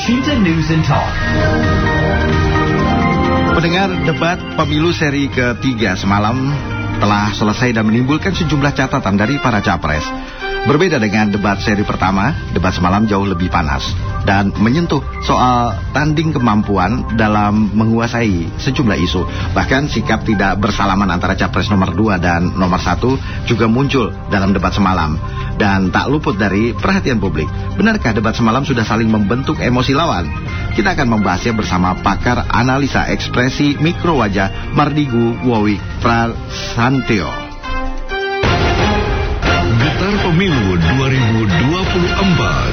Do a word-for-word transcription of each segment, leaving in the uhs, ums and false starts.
Cinta News and Talk. Pendengar, debat pemilu seri ketiga semalam telah selesai dan menimbulkan sejumlah catatan dari para capres. Berbeda dengan debat seri pertama, debat semalam jauh lebih panas dan menyentuh soal tanding kemampuan dalam menguasai sejumlah isu. Bahkan sikap tidak bersalaman antara capres nomor dua dan nomor satu juga muncul dalam debat semalam dan tak luput dari perhatian publik. Benarkah debat semalam sudah saling membentuk emosi lawan? Kita akan membahasnya bersama pakar analisa ekspresi mikro wajah Mardigu Wowi Prasantyo. Getar Pemilu dua ribu dua puluh empat.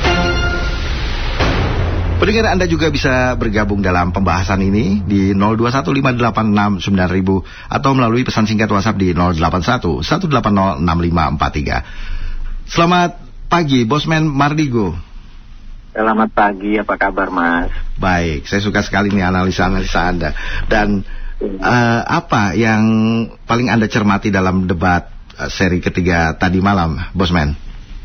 Pendengar, Anda juga bisa bergabung dalam pembahasan ini di nol dua satu lima delapan enam sembilan ribu atau melalui pesan singkat WhatsApp di nol delapan satu satu delapan nol enam lima empat tiga. Selamat pagi, Bosman Mardigu. Selamat pagi, apa kabar Mas? Baik, saya suka sekali nih analisa-analisa Anda. Dan uh, apa yang paling Anda cermati dalam debat uh, seri ketiga tadi malam, Bosman?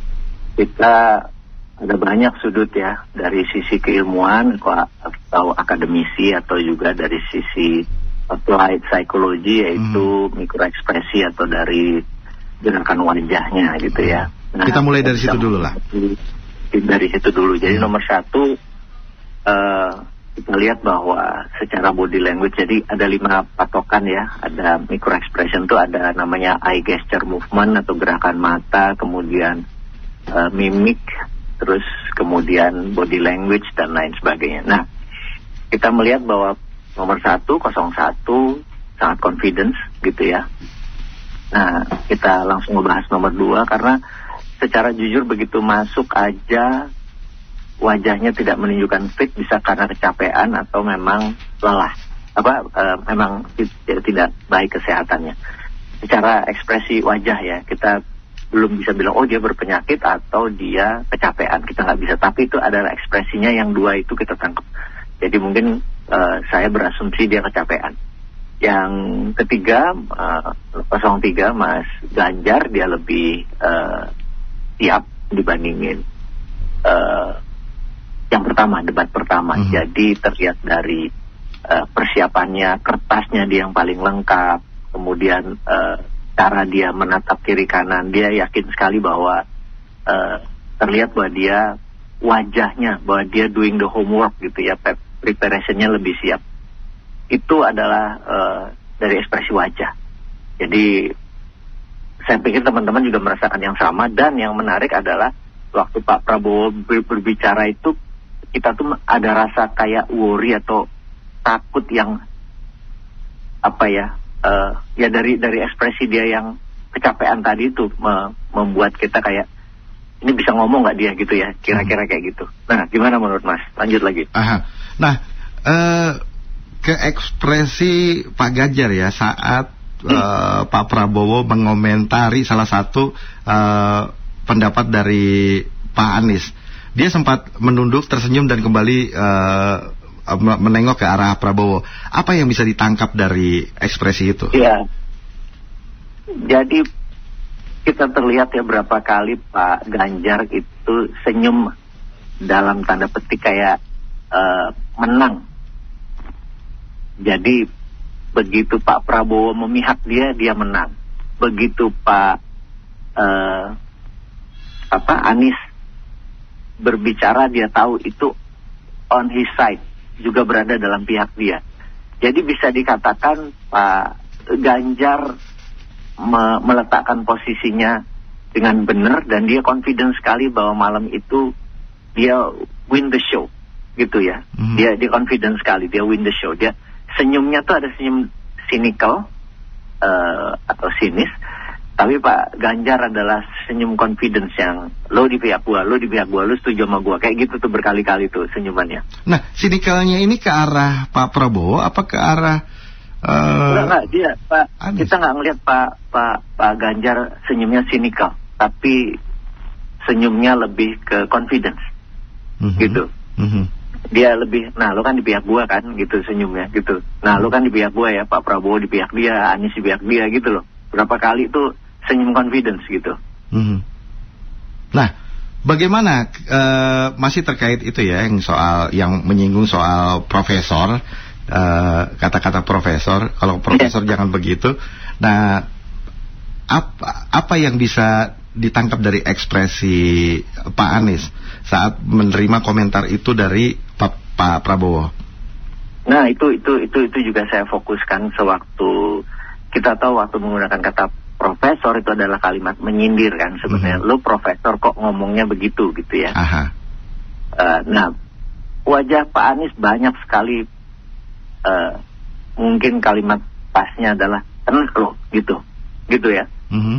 Kita ada banyak sudut ya, dari sisi keilmuan atau akademisi atau juga dari sisi applied psychology, yaitu hmm. mikroekspresi atau dari gerakan wajahnya gitu ya. Nah, kita mulai dari situ dulu lah. Dari situ dulu. Jadi hmm. nomor satu, uh, kita lihat bahwa secara body language, jadi ada lima patokan ya. Ada microexpression itu ada namanya eye gesture movement atau gerakan mata, kemudian uh, mimik, terus kemudian body language dan lain sebagainya. Nah, kita melihat bahwa nomor satu, nol satu sangat confidence gitu ya. Nah, kita langsung membahas nomor dua karena secara jujur begitu masuk aja wajahnya tidak menunjukkan fit, bisa karena kecapean atau memang lelah, apa e, memang tidak baik kesehatannya. Secara ekspresi wajah ya, kita belum bisa bilang oh dia berpenyakit atau dia kecapean, kita nggak bisa. Tapi itu adalah ekspresinya, yang dua itu kita tangkap. Jadi mungkin e, saya berasumsi dia kecapean. Yang ketiga, e, nol tiga Mas Ganjar, dia lebih e, siap dibandingin uh, yang pertama, debat pertama. Mm-hmm. Jadi terlihat dari uh, persiapannya, kertasnya dia yang paling lengkap, kemudian uh, cara dia menatap kiri kanan, dia yakin sekali bahwa uh, terlihat bahwa dia wajahnya, bahwa dia doing the homework gitu ya, preparationnya lebih siap. Itu adalah uh, dari ekspresi wajah. Jadi saya pikir teman-teman juga merasakan yang sama. Dan yang menarik adalah waktu Pak Prabowo ber- berbicara itu, kita tuh ada rasa kayak worry atau takut yang apa ya, uh, ya dari dari ekspresi dia yang kecapean tadi itu me- membuat kita kayak ini bisa ngomong nggak dia gitu ya, kira-kira kayak gitu. Nah, gimana menurut Mas? Lanjut lagi. Aha. Nah, uh, ke ekspresi Pak Ganjar ya saat Uh, Pak Prabowo mengomentari salah satu uh, pendapat dari Pak Anies. Dia sempat menunduk, tersenyum dan kembali uh, menengok ke arah Prabowo. Apa yang bisa ditangkap dari ekspresi itu? Iya. Jadi kita terlihat ya berapa kali Pak Ganjar itu senyum dalam tanda petik kayak uh, menang. Jadi begitu Pak Prabowo memihak dia, dia menang. Begitu Pak uh, apa Anies berbicara, dia tahu itu on his side, juga berada dalam pihak dia. Jadi bisa dikatakan Pak Ganjar me- meletakkan posisinya dengan benar dan dia confident sekali bahwa malam itu dia win the show, gitu ya. Mm-hmm. Dia dia confident sekali, dia win the show. Dia senyumnya tuh ada senyum cynical uh, atau sinis, tapi Pak Ganjar adalah senyum confidence yang lo di pihak gua, lo di pihak gua, lo setuju sama gua, kayak gitu tuh berkali-kali tuh senyumannya. Nah, cynicalnya ini ke arah Pak Prabowo apa ke arah uh, enggak, enggak, dia Pak Anies. Kita nggak ngelihat Pak Pak Pak Ganjar senyumnya cynical, tapi senyumnya lebih ke confidence, mm-hmm. gitu. Mm-hmm. Dia lebih, nah lo kan di pihak gua kan, gitu senyumnya gitu. Nah lo kan di pihak gua ya, Pak Prabowo di pihak dia, Anies di pihak dia gitu loh. Berapa kali tuh senyum confidence gitu. Hmm. Nah, Bagaimana uh, masih terkait itu ya, yang soal yang menyinggung soal profesor, uh, kata-kata profesor, kalau profesor yeah. jangan begitu. Nah, apa apa yang bisa ditangkap dari ekspresi Pak Anies saat menerima komentar itu dari Pak, Pak Prabowo? Nah, itu itu itu itu juga saya fokuskan sewaktu kita tahu waktu menggunakan kata profesor itu adalah kalimat menyindir kan sebenarnya. Mm-hmm. Lo profesor kok ngomongnya begitu gitu ya. Aha. Uh, nah, wajah Pak Anies banyak sekali uh, mungkin kalimat pasnya adalah enak lo gitu, gitu ya. Mm-hmm.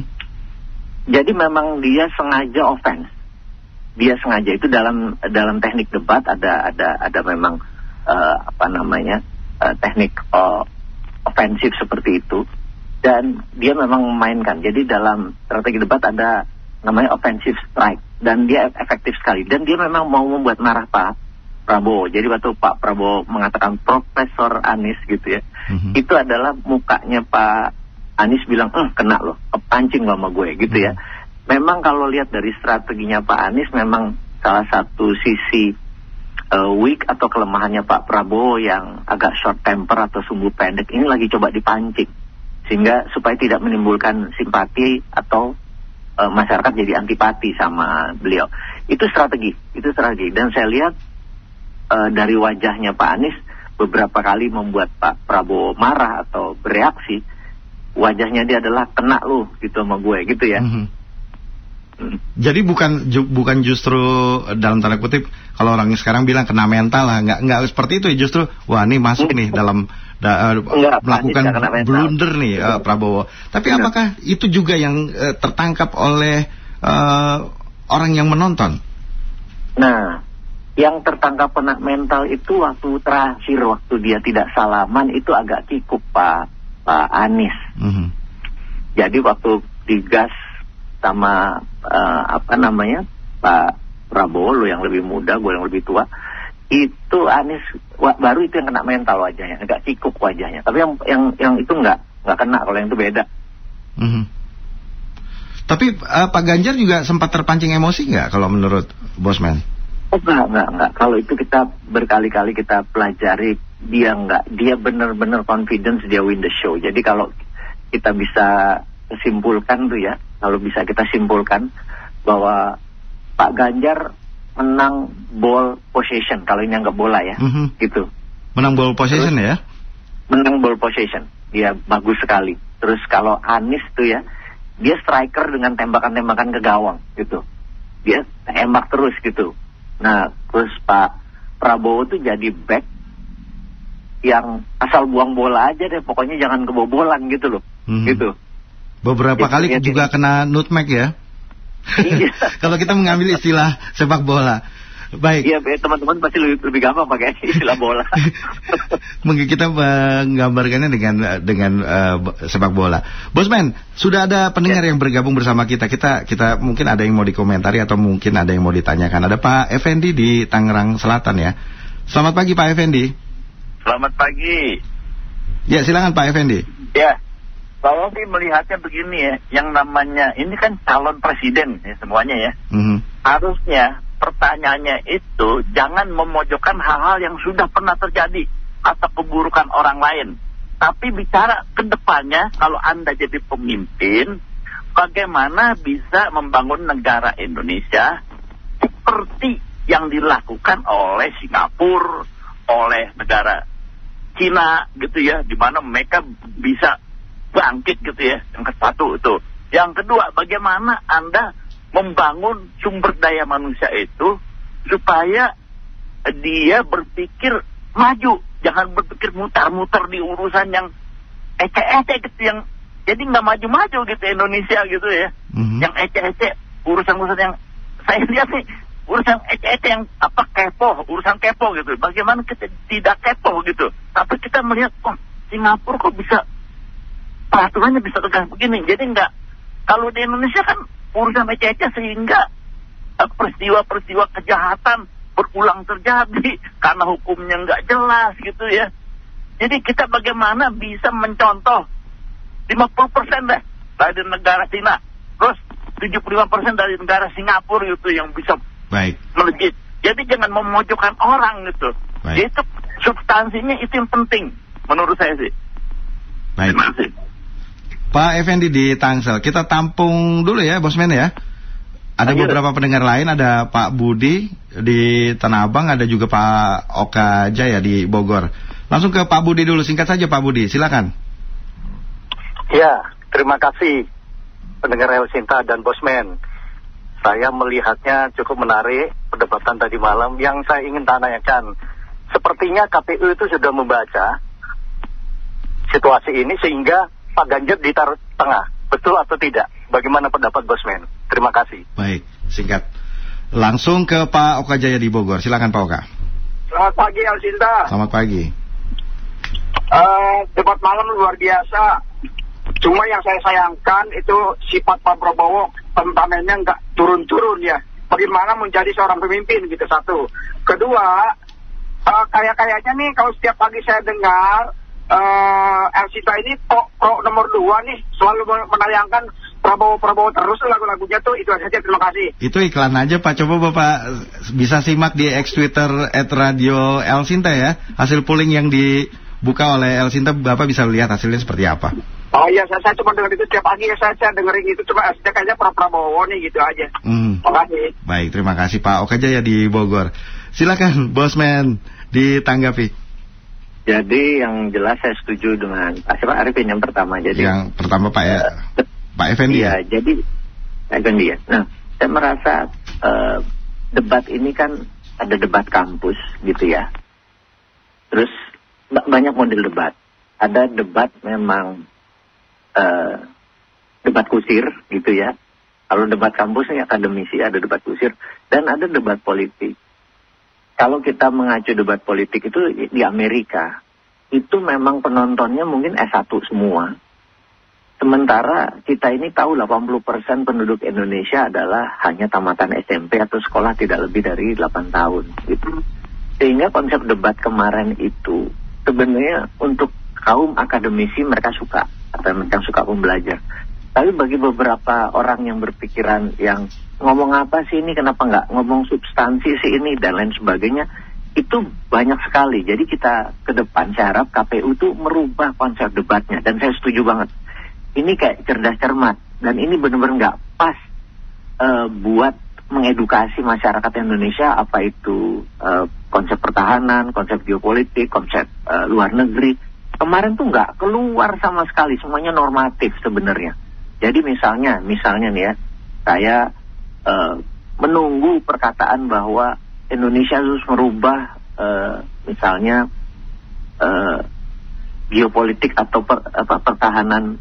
Jadi memang dia sengaja offense. Dia sengaja itu dalam dalam teknik debat ada ada ada memang uh, apa namanya uh, teknik uh, ofensif seperti itu. Dan dia memang memainkan. Jadi dalam strategi debat ada namanya offensive strike. Dan dia efektif sekali. Dan dia memang mau membuat marah Pak Prabowo. Jadi waktu Pak Prabowo mengatakan Profesor Anies gitu ya. Mm-hmm. Itu adalah mukanya Pak Anies bilang, eh kena loh, kepancing lo sama gue gitu ya. Mm-hmm. Memang kalau lihat dari strateginya Pak Anies, memang salah satu sisi uh, weak atau kelemahannya Pak Prabowo yang agak short temper atau sumbu pendek ini lagi coba dipancing. Sehingga supaya tidak menimbulkan simpati atau e, masyarakat jadi antipati sama beliau. Itu strategi, itu strategi. Dan saya lihat e, dari wajahnya Pak Anies beberapa kali membuat Pak Prabowo marah atau bereaksi. Wajahnya dia adalah kena lu gitu sama gue gitu ya. Mm-hmm. Mm. Jadi bukan ju, bukan justru dalam tanda kutip kalau orang sekarang bilang kena mental lah, nggak nggak seperti itu ya, justru wah ini masuk nih dalam da, uh, Enggak, melakukan blunder nih uh, Prabowo. Tapi Enggak. Apakah itu juga yang uh, tertangkap oleh uh, orang yang menonton? Nah, yang tertangkap kena mental itu waktu terakhir waktu dia tidak salaman itu agak kikuk Pak Pak Anies. Mm-hmm. Jadi waktu digas sama uh, apa namanya Pak Prabowo, lo yang lebih muda, gue yang lebih tua, itu Anies wa, baru itu yang kena mental wajahnya, agak kikuk wajahnya. Tapi yang yang yang itu nggak nggak kena, kalau yang itu beda. Mm-hmm. Tapi uh, Pak Ganjar juga sempat terpancing emosi nggak kalau menurut Bosman? Oh nggak nggak nggak. Kalau itu kita berkali-kali kita pelajari, dia nggak, dia benar-benar confidence, dia win the show. Jadi kalau kita bisa simpulkan tuh ya, kalau bisa kita simpulkan bahwa Pak Ganjar menang ball possession, kalau ini anggap bola ya, mm-hmm. gitu. Menang ball possession. Terus, ya? Menang ball possession, dia bagus sekali. Terus kalau Anies tuh ya, dia striker dengan tembakan-tembakan ke gawang gitu. Dia tembak terus gitu. Nah, terus Pak Prabowo tuh jadi back yang asal buang bola aja deh, pokoknya jangan kebobolan gitu loh, mm-hmm. gitu. Beberapa itu, kali ya, juga jadi kena nutmeg ya. Iya. Kalau kita mengambil istilah sepak bola. Baik. Iya, teman-teman pasti lebih, lebih gampang pakai istilah bola. Mungkin kita menggambarkannya dengan dengan uh, sepak bola. Bosman, sudah ada pendengar ya. yang bergabung bersama kita. Kita kita mungkin ada yang mau dikomentari atau mungkin ada yang mau ditanyakan. Ada Pak Effendi di Tangerang Selatan ya. Selamat pagi Pak Effendi. Selamat pagi. Ya, silakan Pak Effendi. Ya. Kalau sih melihatnya begini ya, yang namanya ini kan calon presiden ya semuanya ya. Mm-hmm. Harusnya pertanyaannya itu jangan memojokkan hal-hal yang sudah pernah terjadi atau keburukan orang lain. Tapi bicara ke depannya, kalau Anda jadi pemimpin, bagaimana bisa membangun negara Indonesia seperti yang dilakukan oleh Singapura, oleh negara Cina gitu ya, di mana mereka bisa bangkit gitu ya. Yang ke satu itu. Yang kedua, bagaimana Anda membangun sumber daya manusia itu supaya dia berpikir maju, jangan berpikir mutar-mutar di urusan yang ece-ece gitu, yang jadi nggak maju-maju gitu Indonesia gitu ya. Mm-hmm. Yang ece-ece, urusan-urusan yang saya lihat nih, urusan ece-ece yang apa kepo, urusan kepo gitu. Bagaimana kita tidak kepo gitu, tapi kita melihat, oh Singapura kok bisa peraturannya bisa tegas begini. Jadi enggak, kalau di Indonesia kan urusan ece-ece sehingga uh, peristiwa-peristiwa kejahatan berulang terjadi karena hukumnya enggak jelas gitu ya. Jadi kita bagaimana bisa mencontoh lima puluh persen deh dari negara Cina. Terus tujuh puluh lima persen dari negara Singapura itu yang bisa Baik. melejit. Jadi jangan memojokkan orang gitu. Baik. Itu substansinya itu yang penting menurut saya sih. Baik. Terima kasih. Pak Effendi di Tangsel, kita tampung dulu ya Bosman ya. Ada Ayo. beberapa pendengar lain, ada Pak Budi di Tanah Abang, ada juga Pak Oka Jaya di Bogor. Langsung ke Pak Budi dulu, singkat saja Pak Budi, silakan. Ya, terima kasih pendengar El Sinta dan Bosman. Saya melihatnya cukup menarik perdebatan tadi malam. Yang saya ingin tanyakan, sepertinya K P U itu sudah membaca situasi ini sehingga Pak Ganjar ditaruh tengah. Betul atau tidak? Bagaimana pendapat Bosman? Terima kasih. Baik, singkat. Langsung ke Pak Oka Jaya di Bogor, silakan Pak Oka. Selamat pagi El Sinta. Selamat pagi. Uh, debat malam luar biasa. Cuma yang saya sayangkan itu sifat Pak Prabowo temperamentnya nggak turun-turun ya. Bagaimana menjadi seorang pemimpin gitu, satu. Kedua, uh, kayak-kayaknya nih kalau setiap pagi saya dengar uh, El Sinta ini pro, pro nomor dua nih selalu menayangkan Prabowo-Prabowo terus lagu-lagunya tuh. Itu saja, terima kasih. Itu iklan aja Pak, coba Bapak bisa simak di X Twitter at radio El Sinta ya. Hasil polling yang dibuka oleh El Sinta, Bapak bisa lihat hasilnya seperti apa. Oh iya, saya, saya cuma dengar itu setiap pagi ya, saya, saya dengerin itu cuma kayaknya Pra Prabowo nih gitu aja. Hmm. Terima kasih. Baik, terima kasih Pak Oka Jaya di Bogor. Silakan Bosman ditanggapi. Jadi yang jelas saya setuju dengan Pak siapa Arifin yang pertama. Jadi yang pertama Pak ya, uh, Pak Effendi ya. ya. Jadi Pak Effendi ya. Nah, saya merasa uh, debat ini kan ada debat kampus gitu ya. Terus banyak model debat. Ada debat memang Uh, debat kusir gitu ya. Kalau debat kampus ini akademisi, ada debat kusir, dan ada debat politik. Kalau kita mengacu debat politik itu di Amerika, itu memang penontonnya mungkin S satu semua. Sementara kita ini tahu delapan puluh persen penduduk Indonesia adalah hanya tamatan S M P atau sekolah tidak lebih dari delapan tahun gitu. Sehingga konsep debat kemarin itu sebenarnya untuk kaum akademisi mereka suka, atau yang suka pembelajar. Tapi bagi beberapa orang yang berpikiran yang ngomong apa sih ini, kenapa nggak ngomong substansi sih ini, dan lain sebagainya, itu banyak sekali. Jadi kita ke depan, saya harap K P U itu merubah konsep debatnya. Dan saya setuju banget. Ini kayak cerdas cermat. Dan ini benar-benar nggak pas uh, buat mengedukasi masyarakat Indonesia, apa itu uh, konsep pertahanan, konsep geopolitik, konsep uh, luar negeri. Kemarin tuh nggak keluar sama sekali, semuanya normatif sebenarnya. Jadi misalnya, misalnya nih ya, saya uh, menunggu perkataan bahwa Indonesia harus merubah, uh, misalnya uh, geopolitik atau per, apa, pertahanan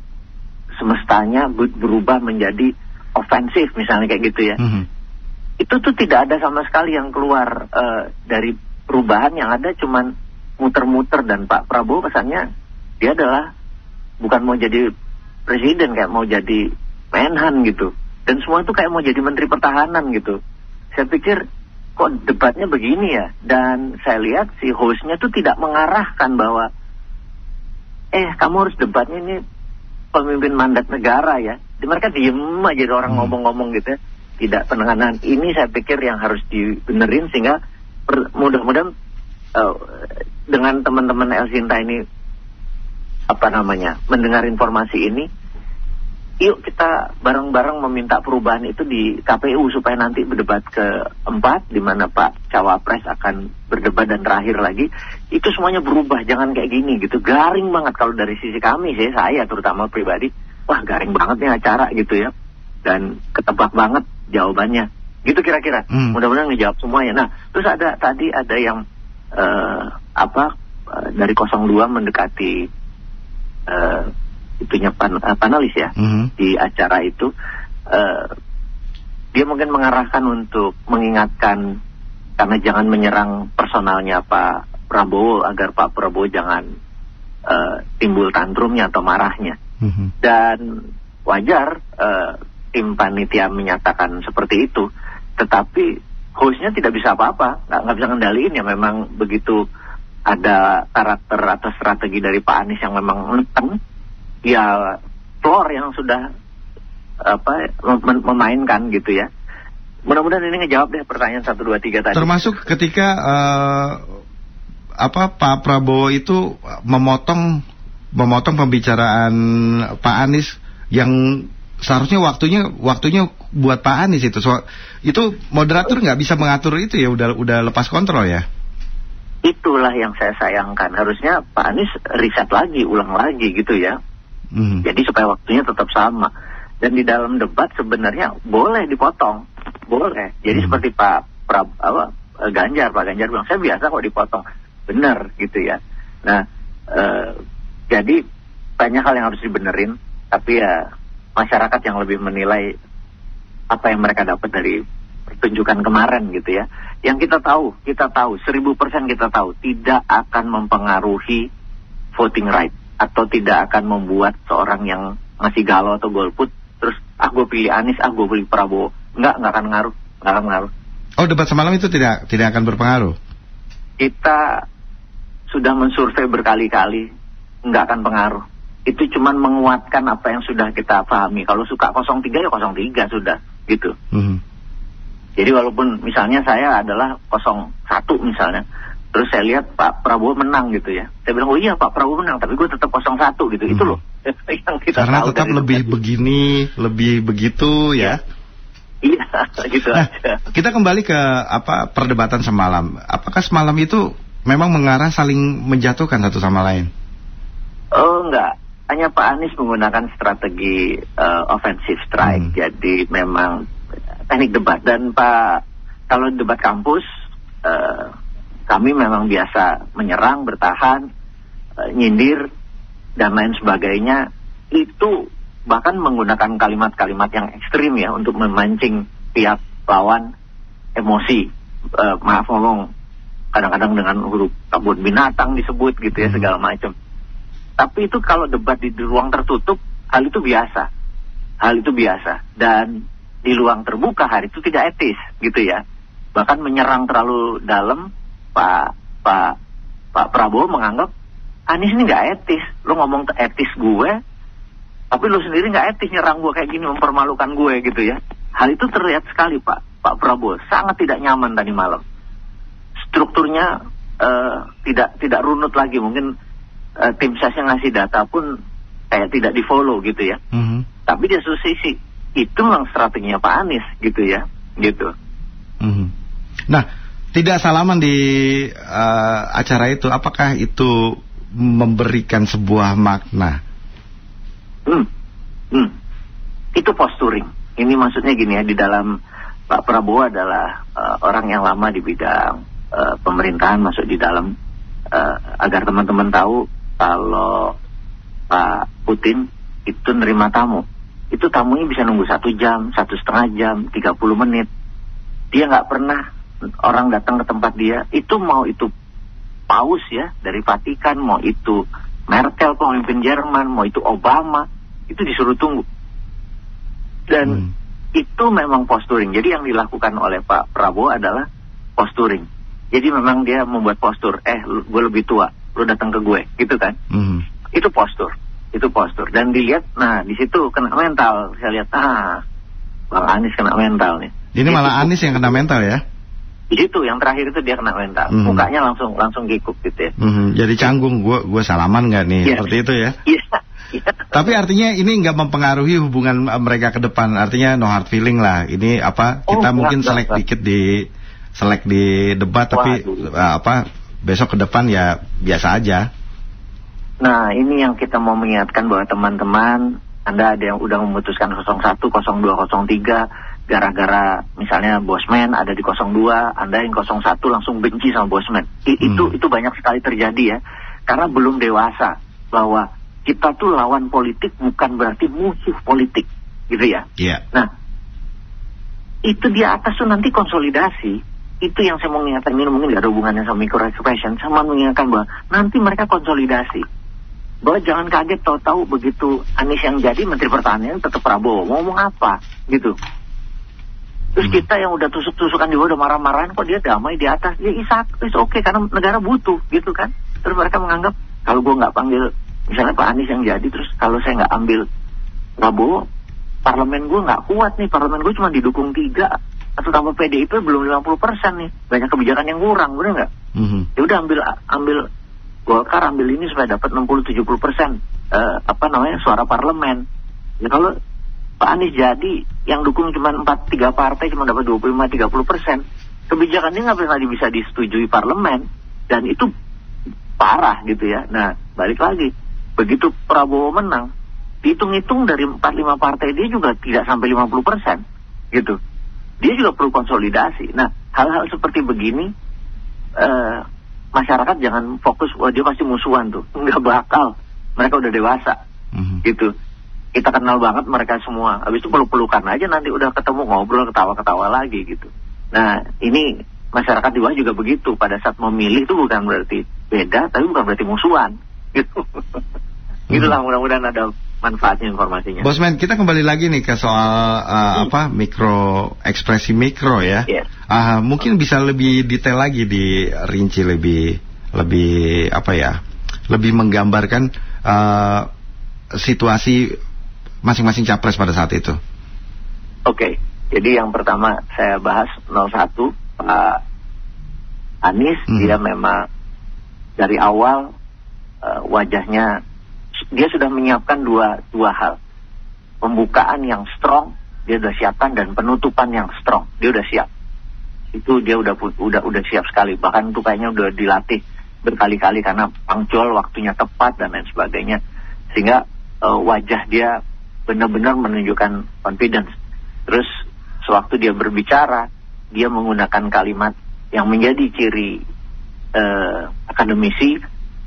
semestanya berubah menjadi ofensif, misalnya kayak gitu ya. Mm-hmm. Itu tuh tidak ada sama sekali yang keluar uh, dari perubahan. Yang ada cuman muter-muter, dan Pak Prabowo pesannya dia adalah bukan mau jadi presiden, kayak mau jadi Menhan gitu, dan semua itu kayak mau jadi menteri pertahanan gitu. Saya pikir kok debatnya begini ya, dan saya lihat si hostnya tuh tidak mengarahkan bahwa eh kamu harus debatnya ini pemimpin mandat negara ya. Mereka diem aja orang hmm. ngomong-ngomong gitu ya, tidak penanganan. Ini saya pikir yang harus dibenerin sehingga per, mudah-mudahan uh, dengan teman-teman El Sinta ini apa namanya mendengar informasi ini, yuk kita bareng-bareng meminta perubahan itu di K P U supaya nanti berdebat keempat di mana Pak Cawapres akan berdebat dan terakhir lagi itu semuanya berubah, jangan kayak gini gitu. Garing banget kalau dari sisi kami sih, saya terutama pribadi, wah garing banget nih acara gitu ya, dan ketebak banget jawabannya gitu kira-kira. Hmm. Mudah-mudahan ngejawab semuanya. Nah terus ada tadi ada yang uh, apa uh, dari nol dua mendekati uh, itunya pan, uh, panelis ya mm-hmm. di acara itu, uh, dia mungkin mengarahkan untuk mengingatkan karena jangan menyerang personalnya Pak Prabowo agar Pak Prabowo jangan uh, timbul tantrumnya atau marahnya. Mm-hmm. Dan wajar uh, tim panitia menyatakan seperti itu, tetapi hostnya tidak bisa apa-apa, nggak, nggak bisa ngendaliin ya. Memang begitu ada karakter atau strategi dari Pak Anies yang memang neken, ya floor yang sudah apa mem- memainkan gitu ya. Mudah-mudahan ini ngejawab deh pertanyaan satu dua tiga tadi. Termasuk ketika uh, apa Pak Prabowo itu memotong memotong pembicaraan Pak Anies yang seharusnya waktunya waktunya buat Pak Anies itu. So, itu moderator nggak bisa mengatur itu ya, udah udah lepas kontrol ya. Itulah yang saya sayangkan. Harusnya Pak Anies riset lagi, ulang lagi gitu ya. Hmm. Jadi supaya waktunya tetap sama. Dan di dalam debat sebenarnya boleh dipotong. Boleh. Jadi hmm. seperti Pak Prab, apa, Ganjar, Pak Ganjar bilang, saya biasa kok dipotong. Benar gitu ya. Nah, eh, jadi banyak hal yang harus dibenerin. Tapi ya masyarakat yang lebih menilai apa yang mereka dapat dari pertunjukan kemarin gitu ya. Yang kita tahu, kita tahu, seribu persen kita tahu, tidak akan mempengaruhi voting right. Atau tidak akan membuat seorang yang masih galau atau golput, terus ah gue pilih Anies, ah gue pilih Prabowo. Enggak, enggak akan ngaruh, enggak akan ngaruh. Oh, debat semalam itu tidak tidak akan berpengaruh? Kita sudah mensurvei berkali-kali, enggak akan pengaruh. Itu cuma menguatkan apa yang sudah kita pahami. Kalau suka nol tiga ya nol tiga sudah, gitu. Mm-hmm. Jadi walaupun misalnya saya adalah nol satu misalnya, terus saya lihat Pak Prabowo menang gitu ya, saya bilang, oh iya Pak Prabowo menang, tapi gue tetap nol satu gitu, mm-hmm. Itu loh yang kita karena tahu tetap lebih debat. Begini, lebih begitu ya. Iya, gitu nah, aja. Kita kembali ke apa perdebatan semalam. Apakah semalam itu memang mengarah saling menjatuhkan satu sama lain? Oh enggak, hanya Pak Anies menggunakan strategi uh, offensive strike. Hmm. Jadi memang teknik debat. Dan Pak, kalau debat kampus, uh, kami memang biasa menyerang, bertahan, uh, nyindir dan lain sebagainya. Itu bahkan menggunakan kalimat-kalimat yang ekstrim ya untuk memancing pihak lawan emosi. Uh, maaf ngomong, kadang-kadang dengan huruf kebun binatang disebut gitu ya, hmm. segala macam. Tapi itu kalau debat di, di ruang tertutup, hal itu biasa. Hal itu biasa. Dan di ruang terbuka hari itu tidak etis gitu ya. Bahkan menyerang terlalu dalam, Pak Pak Pak Prabowo menganggap Anies ini nggak etis. Lo ngomong etis gue, tapi lo sendiri nggak etis nyerang gue kayak gini, mempermalukan gue gitu ya. Hal itu terlihat sekali Pak Pak Prabowo sangat tidak nyaman tadi malam. Strukturnya uh, tidak tidak runut lagi. Mungkin uh, tim sesnya ngasih data pun kayak tidak di follow gitu ya. Mm-hmm. Tapi di satu sisi itu memang strateginya Pak Anies gitu ya, gitu. Mm-hmm. Nah, tidak salaman di uh, acara itu, apakah itu memberikan sebuah makna? Hmm. Hmm. Itu posturing. Ini maksudnya gini ya, di dalam Pak Prabowo adalah uh, orang yang lama di bidang uh, pemerintahan, masuk di dalam uh, agar teman-teman tahu kalau Pak Putin itu nerima tamu. Itu tamunya bisa nunggu satu jam, satu setengah jam, tiga puluh menit. Dia nggak pernah orang datang ke tempat dia, itu mau itu Paus ya, dari Vatikan, mau itu Merkel, pemimpin Jerman, mau itu Obama, itu disuruh tunggu. Dan hmm. itu memang posturing. Jadi yang dilakukan oleh Pak Prabowo adalah posturing. Jadi memang dia membuat postur, eh gue lebih tua, lu datang ke gue, gitu kan. Hmm. Itu postur. Itu postur. Dan dilihat, nah di situ kena mental. Saya lihat, ah, Bang Anies kena mental nih. Ini di malah situ, Anies yang kena mental ya? Di situ, yang terakhir itu dia kena mental. Mm-hmm. Mukanya langsung langsung giguk gitu ya. Mm-hmm. Jadi canggung, gue gue salaman nggak nih? Yeah. Seperti itu ya? Iya. Yeah. Tapi artinya ini nggak mempengaruhi hubungan mereka ke depan. Artinya no hard feeling lah. Ini apa, kita oh, mungkin selek dikit di selek di debat. Wah, tapi uh, apa besok ke depan ya biasa aja. Nah, ini yang kita mau mengingatkan bahwa teman-teman, Anda ada yang udah memutuskan nol satu, nol dua, nol tiga, gara-gara misalnya Bosman ada di nol dua, Anda yang nol satu langsung benci sama Bosman. I- hmm. Itu itu banyak sekali terjadi ya, karena belum dewasa bahwa kita tuh lawan politik bukan berarti musuh politik, gitu ya. Yeah. Nah, itu di atas tuh nanti konsolidasi. Itu yang saya mau mengingatkan, ini mungkin gak ada hubungannya sama micro expression, sama mengingatkan bahwa nanti mereka konsolidasi. Bahwa jangan kaget tahu-tahu begitu Anies yang jadi Menteri Pertanian tetap Prabowo, mau ngomong apa gitu. Terus hmm. kita yang udah tusuk-tusukan di bawah, udah marah-marahan, kok dia damai di atas, ya isak, is oke okay, karena negara butuh gitu kan. Terus mereka menganggap kalau gue nggak panggil misalnya Pak Anies yang jadi, terus kalau saya nggak ambil Prabowo, parlemen gue nggak kuat nih, parlemen gue cuma didukung tiga, atau tambah P D I P belum lima puluh persen nih, banyak kebijakan yang kurang, bener nggak? Mm-hmm. Ya udah ambil ambil Golkar, ambil ini supaya dapat enam puluh tujuh puluh persen uh, apa namanya suara parlemen. Ya kalau Pak Anies jadi yang dukung cuma empat tiga partai cuma dapat dua puluh lima tiga puluh persen, kebijakannya nggak pernah bisa disetujui parlemen, dan itu parah gitu ya. Nah balik lagi, begitu Prabowo menang, dihitung-hitung dari empat lima partai dia juga tidak sampai lima puluh persen gitu. Dia juga perlu konsolidasi. Nah hal-hal seperti begini uh, masyarakat jangan fokus, wah dia pasti musuhan tuh, nggak bakal, mereka udah dewasa mm-hmm. gitu. Kita kenal banget mereka semua, habis itu peluk-pelukan aja, nanti udah ketemu ngobrol ketawa-ketawa lagi gitu. Nah ini masyarakat di bawah juga begitu, pada saat memilih itu bukan berarti beda, tapi bukan berarti musuhan gitu. Mm-hmm. Itulah, mudah-mudahan ada manfaatnya informasinya. Bosman, kita kembali lagi nih ke soal uh, hmm. apa mikro, ekspresi mikro ya. Yeah. Uh, mungkin bisa lebih detail lagi, dirinci lebih lebih apa ya, lebih menggambarkan uh, situasi masing-masing capres pada saat itu. Oke, okay. Jadi yang pertama saya bahas nol satu Pak Anies, hmm. dia memang dari awal uh, wajahnya dia sudah menyiapkan dua dua hal. Pembukaan yang strong dia udah siapkan, dan penutupan yang strong dia udah siap. Itu dia udah udah udah siap sekali. Bahkan itu kayaknya udah dilatih berkali-kali karena punctual, waktunya tepat dan lain sebagainya. Sehingga uh, wajah dia benar-benar menunjukkan confidence. Terus sewaktu dia berbicara, dia menggunakan kalimat yang menjadi ciri uh, akademisi.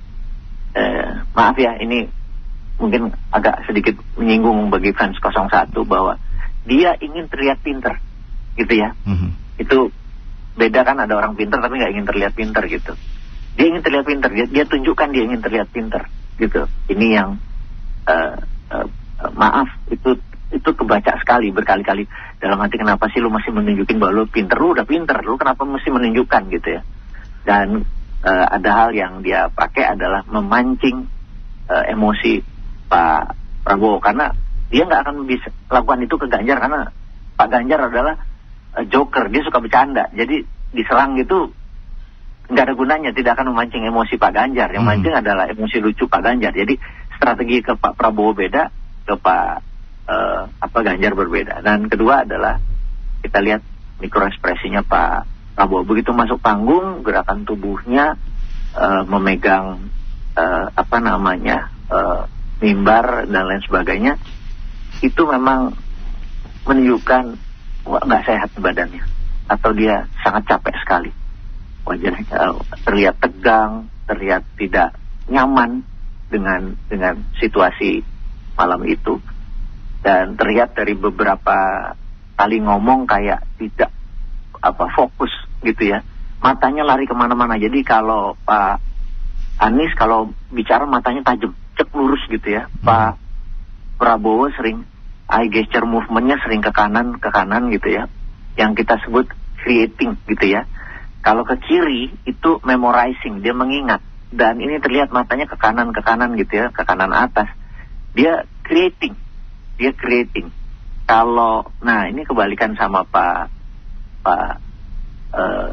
Uh, maaf ya, ini mungkin agak sedikit menyinggung bagi fans nol satu, bahwa dia ingin terlihat pinter gitu ya. Mm-hmm. Itu beda kan, ada orang pinter tapi nggak ingin terlihat pinter gitu. Dia ingin terlihat pinter, dia, dia tunjukkan dia ingin terlihat pinter gitu. Ini yang uh, uh, uh, maaf, itu itu kebaca sekali berkali-kali. Dalam hati, kenapa sih lu masih menunjukin bahwa lu pinter, lu udah pinter, lu kenapa mesti menunjukkan gitu ya. Dan uh, ada hal yang dia pakai adalah memancing uh, emosi Pak Prabowo, karena dia nggak akan bisa lakukan itu ke Ganjar, karena Pak Ganjar adalah uh, joker, dia suka bercanda, jadi diserang gitu nggak ada gunanya, tidak akan memancing emosi Pak Ganjar. Yang hmm. mancing adalah emosi lucu Pak Ganjar. Jadi strategi ke Pak Prabowo beda, ke Pak uh, apa Ganjar berbeda. Dan kedua adalah kita lihat mikroekspresinya Pak Prabowo, begitu masuk panggung, gerakan tubuhnya uh, memegang uh, apa namanya uh, mimbar dan lain sebagainya, itu memang menunjukkan nggak sehat badannya, atau dia sangat capek sekali. Wajahnya uh, terlihat tegang, terlihat tidak nyaman dengan dengan situasi malam itu, dan terlihat dari beberapa kali ngomong kayak tidak apa fokus gitu ya, matanya lari kemana-mana. Jadi kalau Pak Anies kalau bicara matanya tajam, cek lurus gitu ya. Hmm. Pak Prabowo sering eye gesture movementnya sering ke kanan ke kanan gitu ya, yang kita sebut creating gitu ya. Kalau ke kiri itu memorizing, dia mengingat, dan ini terlihat matanya ke kanan ke kanan gitu ya, ke kanan atas. Dia creating, dia creating. Kalau nah ini kebalikan sama Pak Pak uh,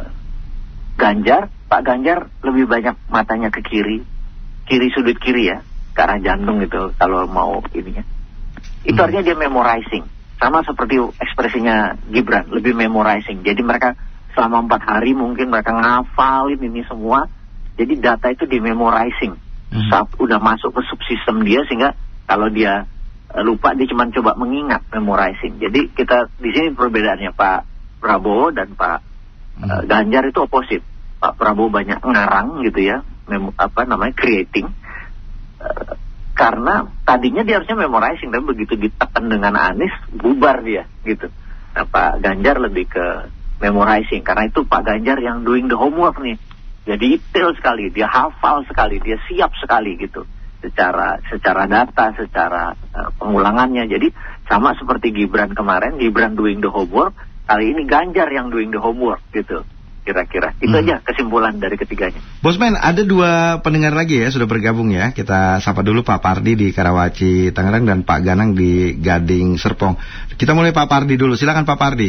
Ganjar. Pak Ganjar lebih banyak matanya ke kiri, kiri sudut kiri ya, ke arah jantung gitu kalau mau ininya. Itu hmm. artinya dia memorizing. Sama seperti ekspresinya Gibran, lebih memorizing. Jadi mereka selama empat hari mungkin mereka ngafalin ini semua. Jadi data itu di memorizing. Hmm. Saat udah masuk ke subsistem dia, sehingga kalau dia uh, lupa dia cuma coba mengingat, memorizing. Jadi kita di sini perbedaannya Pak Prabowo dan Pak hmm. uh, Ganjar itu opposite. Pak Prabowo banyak ngarang gitu ya, mem- apa namanya creating, uh, karena tadinya dia harusnya memorizing, tapi begitu ditekan dengan Anies bubar dia gitu. Nah, Pak Ganjar lebih ke memorizing, karena itu Pak Ganjar yang doing the homework nih, dia detail sekali, dia hafal sekali, dia siap sekali gitu, secara secara data, secara uh, pengulangannya. Jadi sama seperti Gibran kemarin, Gibran doing the homework, kali ini Ganjar yang doing the homework gitu. kira-kira. Itu hmm. aja kesimpulan dari ketiganya. Bosman, ada dua pendengar lagi ya sudah bergabung ya. Kita sapa dulu Pak Pardi di Karawaci, Tangerang, dan Pak Ganang di Gading Serpong. Kita mulai Pak Pardi dulu. Silakan Pak Pardi.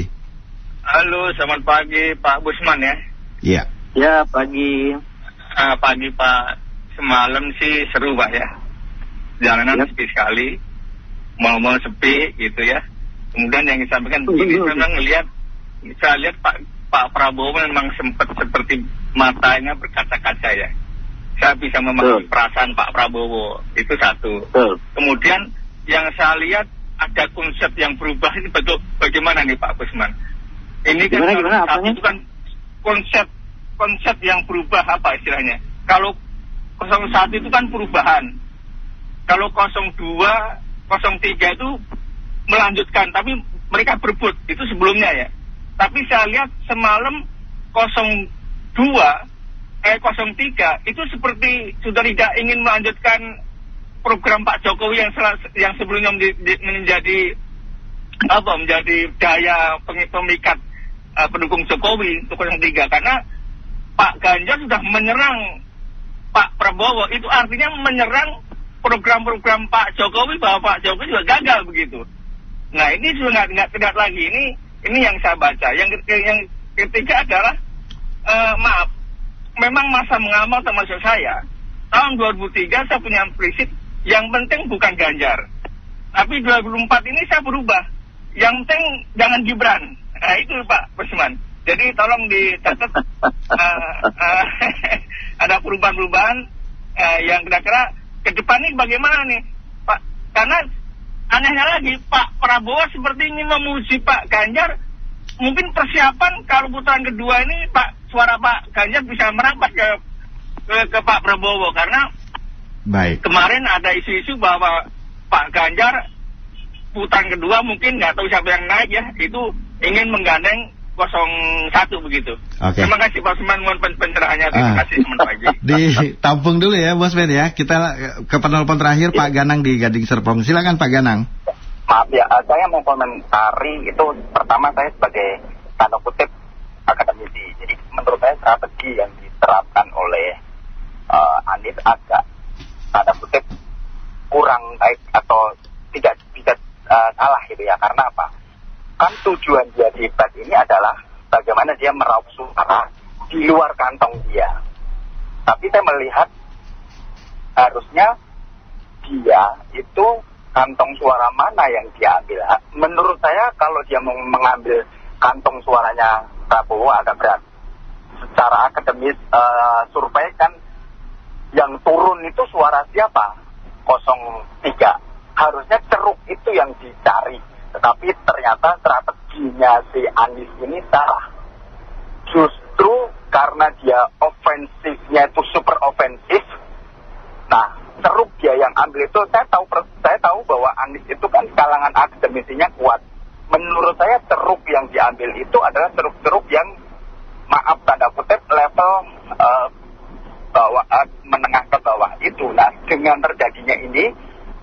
Halo, selamat pagi Pak Bosman ya. Iya. Ya, pagi. Uh, pagi Pak. Semalam sih seru Pak ya. Jalanan ya. Sepi sekali. Mal-mal sepi gitu ya. Kemudian yang disampaikan begini, saya memang ngelihat, saya lihat Pak Pak Prabowo memang sempat seperti matanya berkaca-kaca ya. Saya bisa memahami perasaan Pak Prabowo, itu satu. Betul. Kemudian yang saya lihat ada konsep yang berubah, ini betul bagaimana nih Pak Bosman? Ini kan gimana, gimana, satu itu kan konsep konsep yang berubah, apa istilahnya? Kalau nol satu itu kan perubahan. Kalau nol dua, nol tiga itu melanjutkan, tapi mereka berebut, itu sebelumnya ya. Tapi saya lihat semalam nol dua, eh nol tiga itu seperti sudah tidak ingin melanjutkan program Pak Jokowi yang yang sebelumnya menjadi apa menjadi daya pemikat uh, pendukung Jokowi untuk nol tiga, karena Pak Ganjar sudah menyerang Pak Prabowo, itu artinya menyerang program-program Pak Jokowi, bahwa Pak Jokowi juga gagal begitu. Nah ini sudah nggak tidak lagi, ini ini yang saya baca. Yang yang ketiga adalah uh, maaf, memang masa mengamal termasuk saya. Tahun dua ribu tiga saya punya prinsip yang penting bukan Ganjar, tapi dua ribu empat ini saya berubah. Yang penting jangan Gibran. Nah itu Pak Bosman. Jadi tolong dicatat uh, uh, ada perubahan-perubahan uh, yang kira-kira ke depan ini bagaimana nih Pak? Karena anehnya lagi Pak Prabowo seperti ini memuji Pak Ganjar. Mungkin persiapan kalau putaran kedua ini Pak suara Pak Ganjar bisa merapat ke ke, ke Pak Prabowo, karena baik. Kemarin ada isu-isu bahwa Pak Ganjar putaran kedua mungkin nggak tahu siapa yang naik ya, itu ingin menggandeng nol satu begitu. Okay. Terima kasih Pak Bosman, mohon pencerahannya. Terima ah. kasih teman pagi. Ditampung dulu ya Bosman ya. Kita ke penelpon terakhir ya. Pak Ganang di Gading Serpong. Silakan Pak Ganang. Maaf ya, saya mau komentari itu. Pertama, saya sebagai tanda kutip akademisi. Jadi menurut saya strategi yang diterapkan oleh uh, Anies agak tanda kutip kurang baik atau tidak tidak uh, salah gitu ya. Karena apa? Kan tujuan dia debat ini adalah bagaimana dia meraup suara di luar kantong dia. Tapi saya melihat harusnya dia itu kantong suara mana yang dia ambil. Menurut saya kalau dia mau mengambil kantong suaranya Prabowo agak berat. Secara akademis uh, survei kan yang turun itu suara siapa? nol tiga. Harusnya ceruk itu yang dicari. Tetapi ternyata strateginya si Anies ini salah. Justru karena dia ofensifnya itu super ofensif. Nah, ceruk dia yang ambil itu, saya tahu saya tahu bahwa Anies itu kan kalangan akademisinya kuat. Menurut saya ceruk yang diambil itu adalah ceruk-ceruk yang maaf tanda kutip level uh, bawah uh, menengah ke bawah itu. Nah, dengan terjadinya ini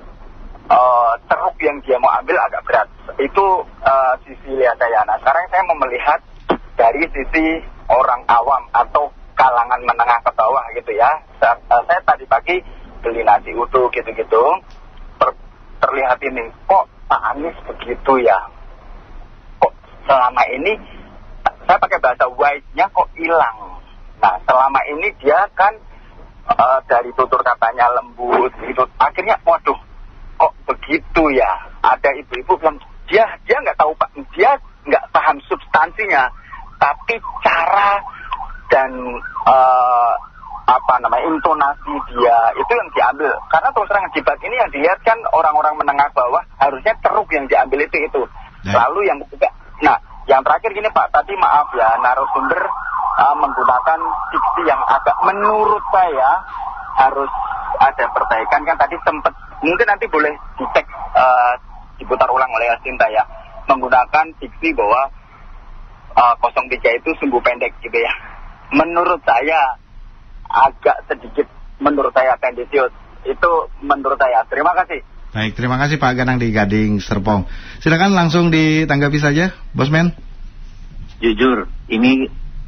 Uh, ceruk yang dia mau ambil agak berat. Itu uh, sisi lihat saya. Nah sekarang saya mau melihat dari sisi orang awam atau kalangan menengah ke bawah gitu ya. Saya, uh, saya tadi pagi beli nasi uduk gitu-gitu, ter, terlihat ini kok Pak Anies begitu ya. Kok selama ini saya pakai bahasa wise-nya kok hilang. Nah selama ini dia kan uh, dari tutur katanya lembut gitu. Akhirnya waduh, kok begitu ya? Ada ibu-ibu bilang dia dia nggak tahu Pak, dia nggak paham substansinya, tapi cara dan uh, apa namanya intonasi dia itu yang diambil. Karena terus terang debat ini yang dilihat kan orang-orang menengah bawah, harusnya ceruk yang diambil itu itu. Lalu yang ketiga, nah yang terakhir gini Pak, tadi maaf ya narasumber uh, menggunakan diksi yang agak menurut saya harus ada perbaikan. Kan tadi sempat mungkin nanti boleh dicek uh, diputar ulang oleh Sinta ya, menggunakan diksi bahwa uh, nol tiga itu sungguh pendek gitu ya. Menurut saya agak sedikit, menurut saya tendensius. Itu menurut saya. Terima kasih. Baik, terima kasih Pak Ganang di Gading Serpong. Silakan langsung ditanggapi saja, Bosman. Jujur, ini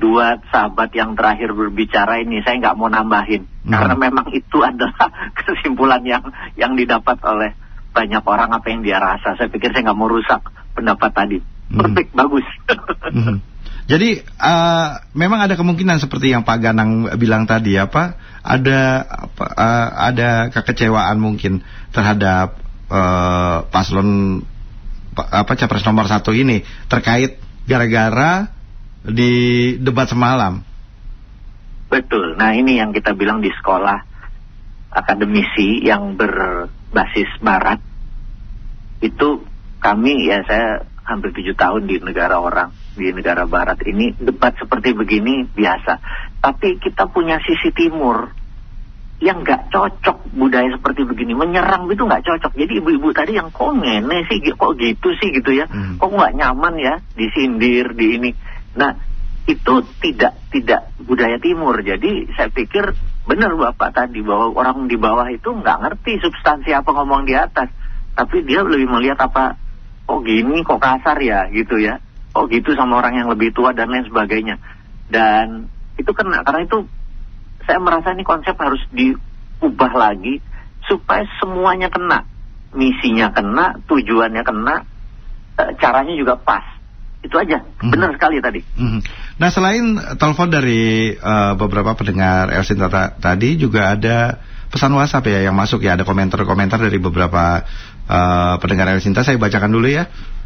dua sahabat yang terakhir berbicara ini saya nggak mau nambahin hmm. karena memang itu adalah kesimpulan yang yang didapat oleh banyak orang apa yang dia rasa. Saya pikir saya nggak mau rusak pendapat tadi. Perfect, hmm. bagus. hmm. Jadi uh, memang ada kemungkinan seperti yang Pak Ganang bilang tadi, apa ada apa, uh, ada kekecewaan mungkin terhadap uh, paslon apa capres nomor satu ini terkait gara-gara di debat semalam. Betul. Nah ini yang kita bilang di sekolah akademisi yang berbasis barat itu kami ya saya hampir tujuh tahun di negara orang di negara barat ini debat seperti begini biasa. Tapi kita punya sisi timur yang nggak cocok budaya seperti begini, menyerang itu nggak cocok. Jadi ibu-ibu tadi yang kok ngene sih, kok gitu sih gitu ya, hmm. kok nggak nyaman ya disindir di ini. Nah itu tidak tidak budaya timur. Jadi saya pikir benar Bapak tadi bahwa orang di bawah itu nggak ngerti substansi apa ngomong di atas, tapi dia lebih melihat apa, kok gini, kok kasar ya gitu ya, kok gitu sama orang yang lebih tua dan lain sebagainya. Dan itu kena, karena itu saya merasa ini konsep harus diubah lagi supaya semuanya kena, misinya kena, tujuannya kena, e, caranya juga pas. Itu aja, mm-hmm. benar sekali tadi. Mm-hmm. Nah selain telepon dari uh, beberapa pendengar El Sinta ta- tadi juga ada pesan WhatsApp ya yang masuk ya, ada komentar-komentar dari beberapa uh, pendengar El Sinta. Saya bacakan dulu ya,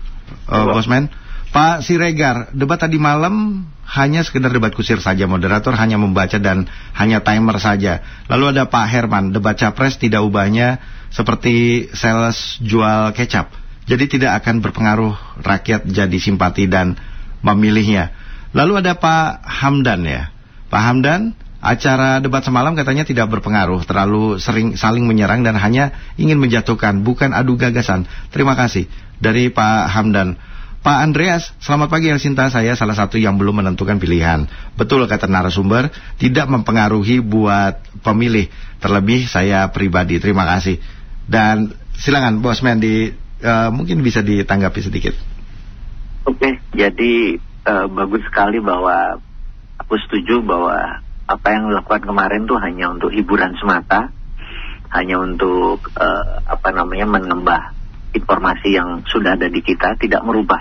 uh, Bosman. Pak Siregar, debat tadi malam hanya sekedar debat kusir saja, moderator hanya membaca dan hanya timer saja. Lalu ada Pak Herman, debat capres tidak ubahnya seperti sales jual kecap. Jadi tidak akan berpengaruh rakyat jadi simpati dan memilihnya. Lalu ada Pak Hamdan ya. Pak Hamdan, acara debat semalam katanya tidak berpengaruh, terlalu sering saling menyerang dan hanya ingin menjatuhkan, bukan adu gagasan. Terima kasih. Dari Pak Hamdan. Pak Andreas, selamat pagi El Sinta, saya salah satu yang belum menentukan pilihan. Betul kata narasumber, tidak mempengaruhi buat pemilih. Terlebih saya pribadi. Terima kasih. Dan silakan Bosman di Uh, mungkin bisa ditanggapi sedikit. Oke, okay, jadi uh, bagus sekali bahwa aku setuju bahwa apa yang dilakukan kemarin tuh hanya untuk hiburan semata, hanya untuk uh, apa namanya menambah informasi yang sudah ada di kita, tidak merubah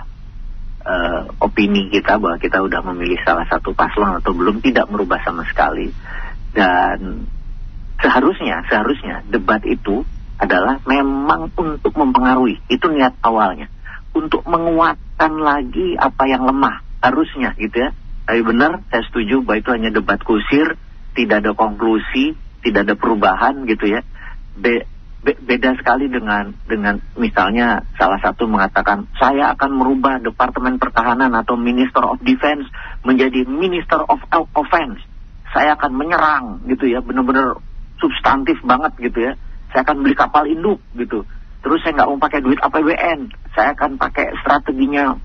uh, opini kita bahwa kita udah memilih salah satu paslon atau belum, tidak merubah sama sekali. Dan seharusnya, seharusnya debat itu adalah memang untuk mempengaruhi, itu niat awalnya, untuk menguatkan lagi apa yang lemah, harusnya gitu ya. Tapi benar, saya setuju bahwa itu hanya debat kusir, tidak ada konklusi, tidak ada perubahan gitu ya. Be, be, beda sekali dengan dengan misalnya salah satu mengatakan saya akan merubah Departemen Pertahanan atau Minister of Defense menjadi Minister of Offense. Saya akan menyerang gitu ya, benar-benar substantif banget gitu ya. Saya akan beli kapal induk gitu. Terus saya nggak mau pakai duit A P B N. Saya akan pakai strateginya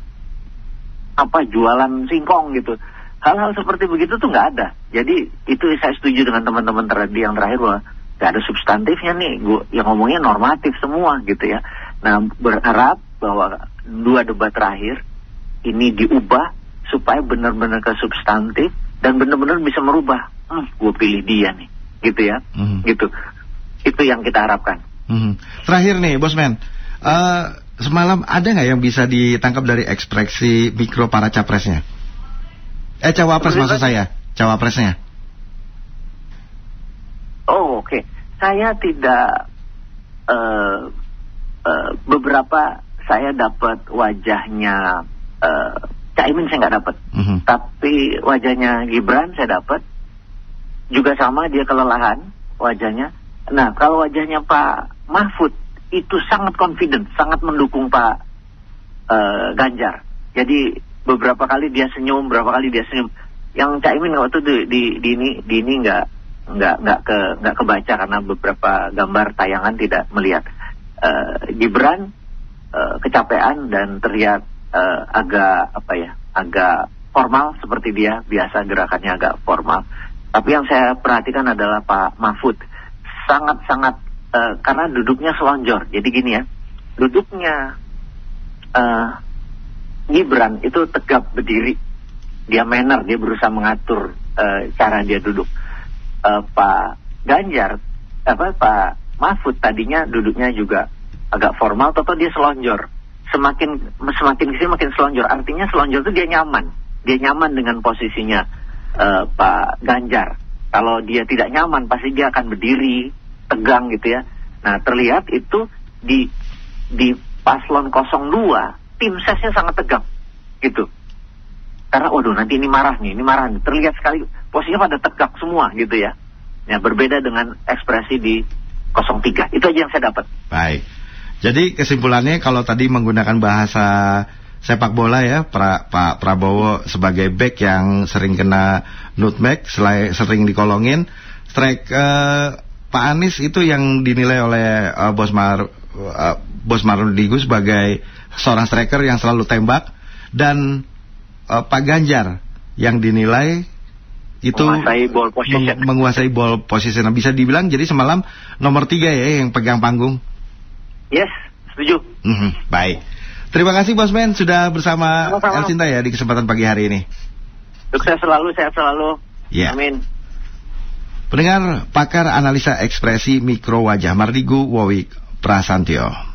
apa jualan singkong gitu. Hal-hal seperti begitu tuh nggak ada. Jadi itu saya setuju dengan teman-teman tadi yang terakhir bahwa nggak ada substantifnya nih. Gua yang ngomongnya normatif semua gitu ya. Nah berharap bahwa dua debat terakhir ini diubah supaya benar-benar ke substantif dan benar-benar bisa merubah. Hmm, gue pilih dia nih, gitu ya, mm. gitu. Itu yang kita harapkan. Hmm. Terakhir nih, Bosman, uh, semalam ada nggak yang bisa ditangkap dari ekspresi mikro para capresnya? Eh, cawapres maksud saya, cawapresnya. Oh, oke. Okay. Saya tidak uh, uh, beberapa saya dapat wajahnya uh, Caimin saya nggak dapat, mm-hmm. tapi wajahnya Gibran saya dapat. Juga sama dia kelelahan wajahnya. Nah, kalau wajahnya Pak Mahfud itu sangat confident, sangat mendukung Pak uh, Ganjar. Jadi beberapa kali dia senyum, beberapa kali dia senyum. Yang Caimin waktu itu di, di, di ini, di ini nggak nggak nggak ke nggak kebaca karena beberapa gambar tayangan tidak melihat. Uh, Gibran uh, kecapean dan terlihat uh, agak apa ya, agak formal seperti dia biasa gerakannya agak formal. Tapi yang saya perhatikan adalah Pak Mahfud. Sangat-sangat uh, karena duduknya selonjor. Jadi gini ya, duduknya uh, Gibran itu tegap berdiri dia manner, dia berusaha mengatur uh, cara dia duduk. Uh, Pak Ganjar, apa Pak Mahfud tadinya duduknya juga agak formal, atau dia selonjor. Semakin semakin kesini makin selonjor. Artinya selonjor itu dia nyaman, dia nyaman dengan posisinya uh, Pak Ganjar. Kalau dia tidak nyaman, pasti dia akan berdiri tegang gitu ya. Nah, terlihat itu di di paslon nol dua, tim sesnya sangat tegang gitu. Karena waduh nanti ini marah nih, ini marah nih. Terlihat sekali posisinya pada tegak semua gitu ya. Ya berbeda dengan ekspresi di nol tiga. Itu aja yang saya dapat. Baik. Jadi kesimpulannya kalau tadi menggunakan bahasa sepak bola ya, pra, Pak Prabowo sebagai back yang sering kena nutmeg, selain sering dikolongin, strike uh, Pak Anies itu yang dinilai oleh uh, Bos Mar uh, Bos Marundigu sebagai seorang striker yang selalu tembak, dan Uh, Pak Ganjar yang dinilai itu menguasai ball position. Meng, menguasai ball position. Bisa dibilang jadi semalam nomor tiga ya yang pegang panggung. Yes, setuju. Mm-hmm, baik. Terima kasih Bosman sudah bersama El Sinta ya di kesempatan pagi hari ini. Sukses selalu, sehat selalu. Yeah. Amin. Pendengar, pakar analisa ekspresi mikro wajah Mardigu Wowik Prasantyo.